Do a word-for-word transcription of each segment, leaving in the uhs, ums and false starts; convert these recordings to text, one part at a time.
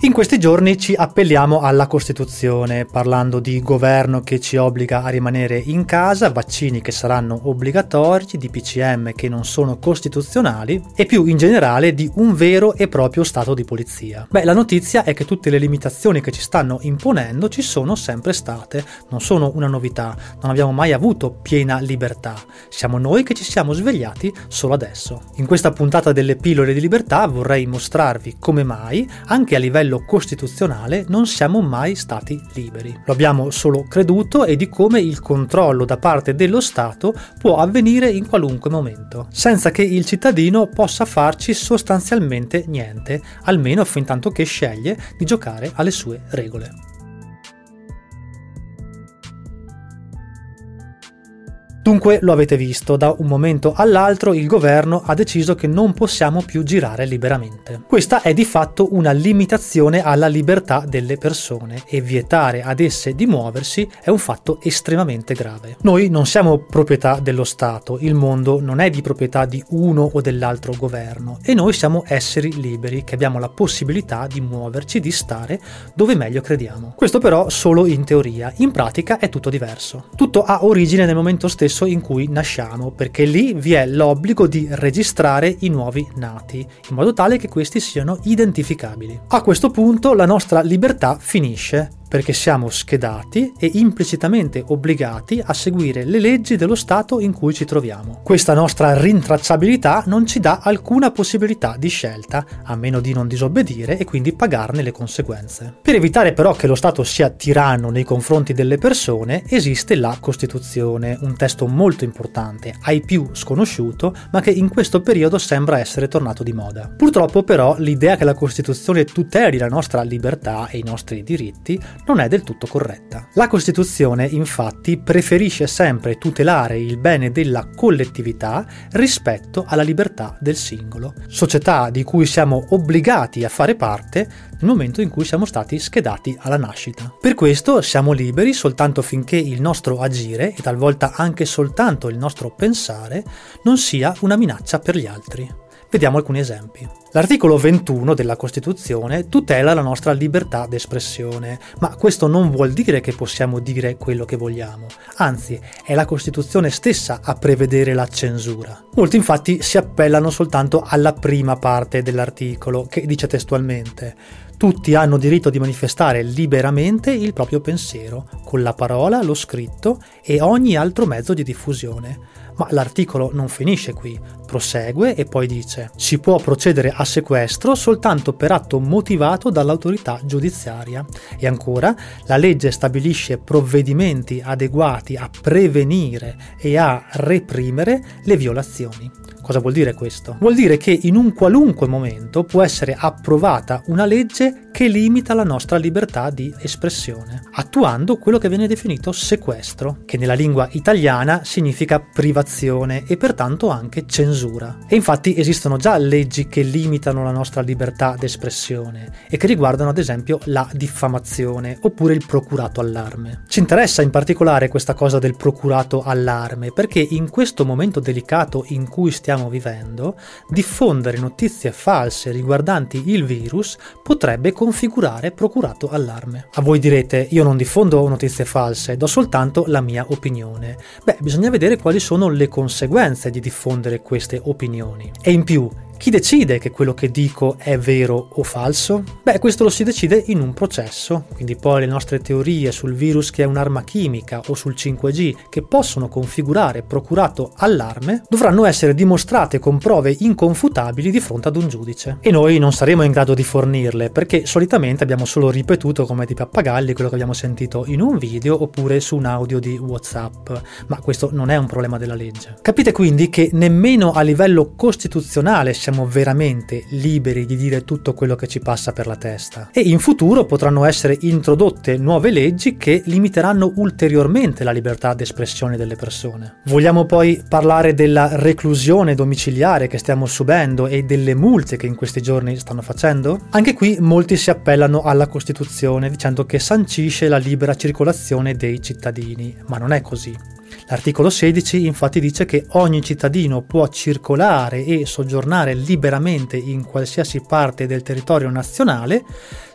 In questi giorni ci appelliamo alla Costituzione, parlando di governo che ci obbliga a rimanere in casa, vaccini che saranno obbligatori, D P C M che non sono costituzionali e più in generale di un vero e proprio stato di polizia. Beh, la notizia è che tutte le limitazioni che ci stanno imponendo ci sono sempre state, non sono una novità, non abbiamo mai avuto piena libertà, siamo noi che ci siamo svegliati solo adesso. In questa puntata delle pillole di libertà vorrei mostrarvi come mai, anche a livello costituzionale, non siamo mai stati liberi. Lo abbiamo solo creduto e di come il controllo da parte dello Stato può avvenire in qualunque momento, senza che il cittadino possa farci sostanzialmente niente, almeno fin tanto che sceglie di giocare alle sue regole. Dunque lo avete visto, da un momento all'altro il governo ha deciso che non possiamo più girare liberamente. Questa è di fatto una limitazione alla libertà delle persone e vietare ad esse di muoversi è un fatto estremamente grave. Noi non siamo proprietà dello Stato, il mondo non è di proprietà di uno o dell'altro governo e noi siamo esseri liberi che abbiamo la possibilità di muoverci, di stare dove meglio crediamo. Questo però solo in teoria, in pratica è tutto diverso. Tutto ha origine nel momento stesso in cui nasciamo, perché lì vi è l'obbligo di registrare i nuovi nati, in modo tale che questi siano identificabili. A questo punto la nostra libertà finisce, perché siamo schedati e implicitamente obbligati a seguire le leggi dello Stato in cui ci troviamo. Questa nostra rintracciabilità non ci dà alcuna possibilità di scelta, a meno di non disobbedire e quindi pagarne le conseguenze. Per evitare però che lo Stato sia tiranno nei confronti delle persone, esiste la Costituzione, un testo molto importante, ai più sconosciuto, ma che in questo periodo sembra essere tornato di moda. Purtroppo però l'idea che la Costituzione tuteli la nostra libertà e i nostri diritti non è del tutto corretta. La Costituzione, infatti, preferisce sempre tutelare il bene della collettività rispetto alla libertà del singolo, società di cui siamo obbligati a fare parte nel momento in cui siamo stati schedati alla nascita. Per questo siamo liberi soltanto finché il nostro agire, e talvolta anche soltanto il nostro pensare, non sia una minaccia per gli altri. Vediamo alcuni esempi. L'articolo ventuno della Costituzione tutela la nostra libertà d'espressione, ma questo non vuol dire che possiamo dire quello che vogliamo, anzi è la Costituzione stessa a prevedere la censura. Molti infatti si appellano soltanto alla prima parte dell'articolo, che dice testualmente: tutti hanno diritto di manifestare liberamente il proprio pensiero, con la parola, lo scritto e ogni altro mezzo di diffusione. Ma l'articolo non finisce qui, prosegue e poi dice: si può procedere a sequestro soltanto per atto motivato dall'autorità giudiziaria. E ancora, la legge stabilisce provvedimenti adeguati a prevenire e a reprimere le violazioni. Cosa vuol dire questo? Vuol dire che in un qualunque momento può essere approvata una legge che limita la nostra libertà di espressione, attuando quello che viene definito sequestro, che nella lingua italiana significa privazione e pertanto anche censura. E infatti esistono già leggi che limitano la nostra libertà d'espressione e che riguardano ad esempio la diffamazione oppure il procurato allarme. Ci interessa in particolare questa cosa del procurato allarme perché in questo momento delicato in cui stiamo vivendo, diffondere notizie false riguardanti il virus potrebbe configurare procurato allarme. A voi direte: io non diffondo notizie false, do soltanto la mia opinione. Beh, bisogna vedere quali sono le conseguenze di diffondere queste opinioni. E in più, chi decide che quello che dico è vero o falso? Beh, questo lo si decide in un processo, quindi poi le nostre teorie sul virus che è un'arma chimica o sul cinque G che possono configurare procurato allarme dovranno essere dimostrate con prove inconfutabili di fronte ad un giudice. E noi non saremo in grado di fornirle perché solitamente abbiamo solo ripetuto come dei pappagalli quello che abbiamo sentito in un video oppure su un audio di WhatsApp, ma questo non è un problema della legge. Capite quindi che nemmeno a livello costituzionale siamo veramente liberi di dire tutto quello che ci passa per la testa. E in futuro potranno essere introdotte nuove leggi che limiteranno ulteriormente la libertà d'espressione delle persone. Vogliamo poi parlare della reclusione domiciliare che stiamo subendo e delle multe che in questi giorni stanno facendo? Anche qui molti si appellano alla Costituzione dicendo che sancisce la libera circolazione dei cittadini, ma non è così. L'articolo sedici infatti dice che ogni cittadino può circolare e soggiornare liberamente in qualsiasi parte del territorio nazionale,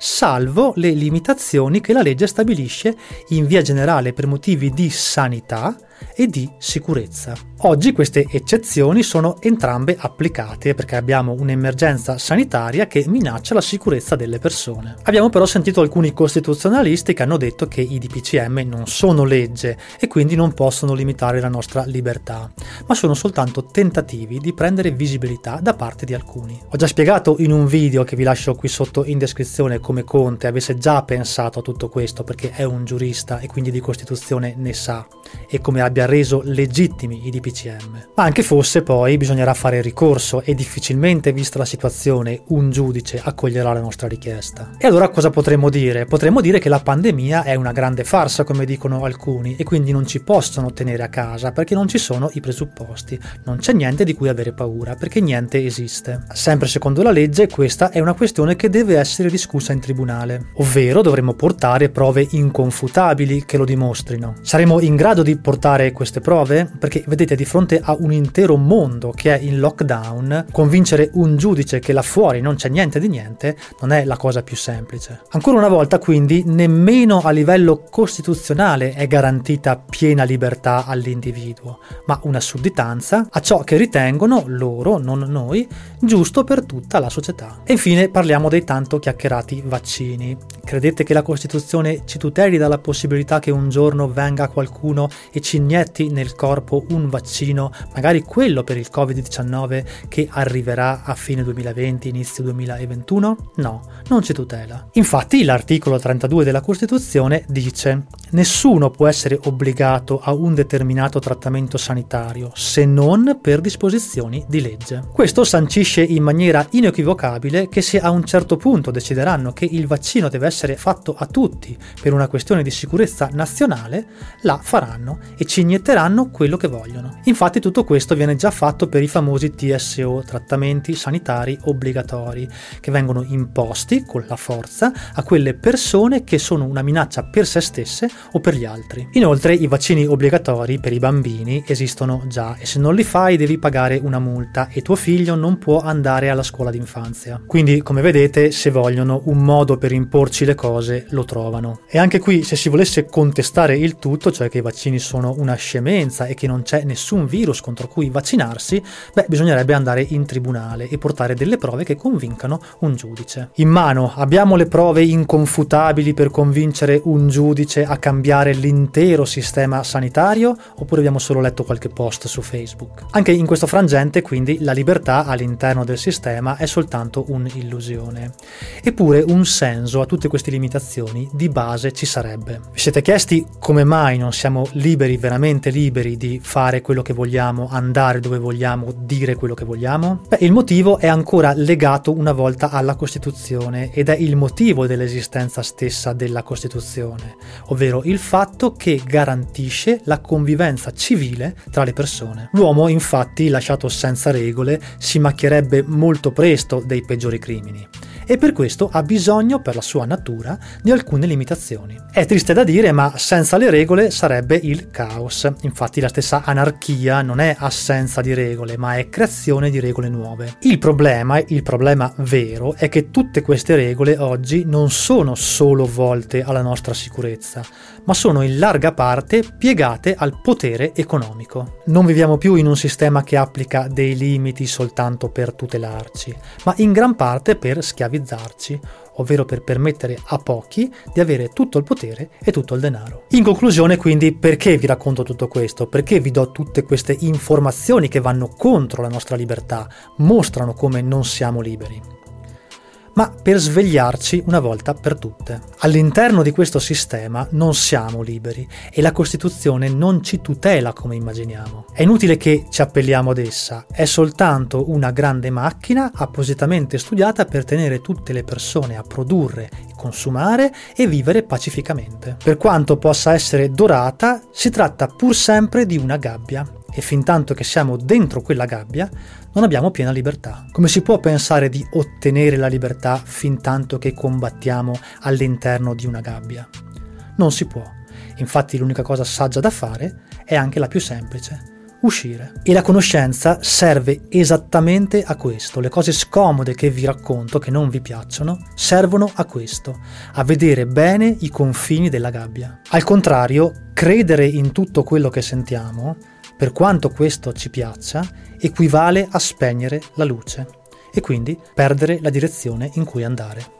salvo le limitazioni che la legge stabilisce in via generale per motivi di sanità e di sicurezza. Oggi queste eccezioni sono entrambe applicate perché abbiamo un'emergenza sanitaria che minaccia la sicurezza delle persone. Abbiamo però sentito alcuni costituzionalisti che hanno detto che i D P C M non sono legge e quindi non possono limitare la nostra libertà, ma sono soltanto tentativi di prendere visibilità da parte di alcuni. Ho già spiegato in un video che vi lascio qui sotto in descrizione come Conte avesse già pensato a tutto questo perché è un giurista e quindi di Costituzione ne sa, e come abbia reso legittimi i D P C M. Ma anche fosse, poi bisognerà fare ricorso e difficilmente, vista la situazione, un giudice accoglierà la nostra richiesta. E allora cosa potremmo dire? Potremmo dire che la pandemia è una grande farsa, come dicono alcuni, e quindi non ci possono tenere a casa perché non ci sono i presupposti, non c'è niente di cui avere paura perché niente esiste. Sempre secondo la legge questa è una questione che deve essere discussa in tribunale, ovvero dovremmo portare prove inconfutabili che lo dimostrino. Saremo in grado di portare queste prove? Perché vedete, di fronte a un intero mondo che è in lockdown, convincere un giudice che là fuori non c'è niente di niente non è la cosa più semplice. Ancora una volta quindi nemmeno a livello costituzionale è garantita piena libertà all'individuo, ma una sudditanza a ciò che ritengono loro, non noi, giusto per tutta la società. E infine parliamo dei tanto chiacchierati vaccini. Credete che la Costituzione ci tuteli dalla possibilità che un giorno venga qualcuno e ci inietti nel corpo un vaccino, magari quello per il covid diciannove che arriverà a fine duemilaventi, inizio duemilaventuno? No, non ci tutela. Infatti l'articolo trentadue della Costituzione dice: nessuno può essere obbligato a un determinato trattamento sanitario se non per disposizioni di legge. Questo sancisce in maniera inequivocabile che se a un certo punto decideranno che il vaccino deve essere fatto a tutti per una questione di sicurezza nazionale, la faranno e ci inietteranno quello che vogliono. Infatti tutto questo viene già fatto per i famosi T S O, trattamenti sanitari obbligatori, che vengono imposti con la forza a quelle persone che sono una minaccia per se stesse o per gli altri. Inoltre i vaccini obbligatori per i bambini esistono già e se non li fai devi pagare una multa e tuo figlio non può andare alla scuola d'infanzia. Quindi, come vedete, se vogliono un modo per imporci le cose lo trovano. E anche qui, se si volesse contestare il tutto, cioè che i vaccini sono una scemenza e che non c'è nessun virus contro cui vaccinarsi, beh, bisognerebbe andare in tribunale e portare delle prove che convincano un giudice. In mano abbiamo le prove inconfutabili per convincere un giudice a cambiare l'intero sistema sanitario, oppure abbiamo solo letto qualche post su Facebook? Anche in questo frangente, quindi, la libertà all'interno del sistema è soltanto un'illusione. Eppure un senso a tutte queste limitazioni di base ci sarebbe. Vi siete chiesti come mai non siamo liberi, veramente liberi, di fare quello che vogliamo, andare dove vogliamo, dire quello che vogliamo? Beh, il motivo è ancora legato una volta alla Costituzione ed è il motivo dell'esistenza stessa della Costituzione, ovvero il fatto che garantisce la convivenza civile tra le persone. L'uomo, infatti, lasciato senza regole, si macchierebbe molto presto dei peggiori crimini. E per questo ha bisogno, per la sua natura, di alcune limitazioni. È triste da dire, ma senza le regole sarebbe il caos. Infatti la stessa anarchia non è assenza di regole, ma è creazione di regole nuove. Il problema, il problema vero, è che tutte queste regole oggi non sono solo volte alla nostra sicurezza, ma sono in larga parte piegate al potere economico. Non viviamo più in un sistema che applica dei limiti soltanto per tutelarci, ma in gran parte per schiavizzarci, ovvero per permettere a pochi di avere tutto il potere e tutto il denaro. In conclusione, quindi, perché vi racconto tutto questo? Perché vi do tutte queste informazioni che vanno contro la nostra libertà, mostrano come non siamo liberi? Ma per svegliarci una volta per tutte. All'interno di questo sistema non siamo liberi e la Costituzione non ci tutela come immaginiamo. È inutile che ci appelliamo ad essa, è soltanto una grande macchina appositamente studiata per tenere tutte le persone a produrre, consumare e vivere pacificamente. Per quanto possa essere dorata, si tratta pur sempre di una gabbia. E fintanto che siamo dentro quella gabbia non abbiamo piena libertà. Come si può pensare di ottenere la libertà fintanto che combattiamo all'interno di una gabbia? Non si può. Infatti l'unica cosa saggia da fare è anche la più semplice. Uscire. E la conoscenza serve esattamente a questo. Le cose scomode che vi racconto, che non vi piacciono, servono a questo, a vedere bene i confini della gabbia. Al contrario, credere in tutto quello che sentiamo, per quanto questo ci piaccia, equivale a spegnere la luce e quindi perdere la direzione in cui andare.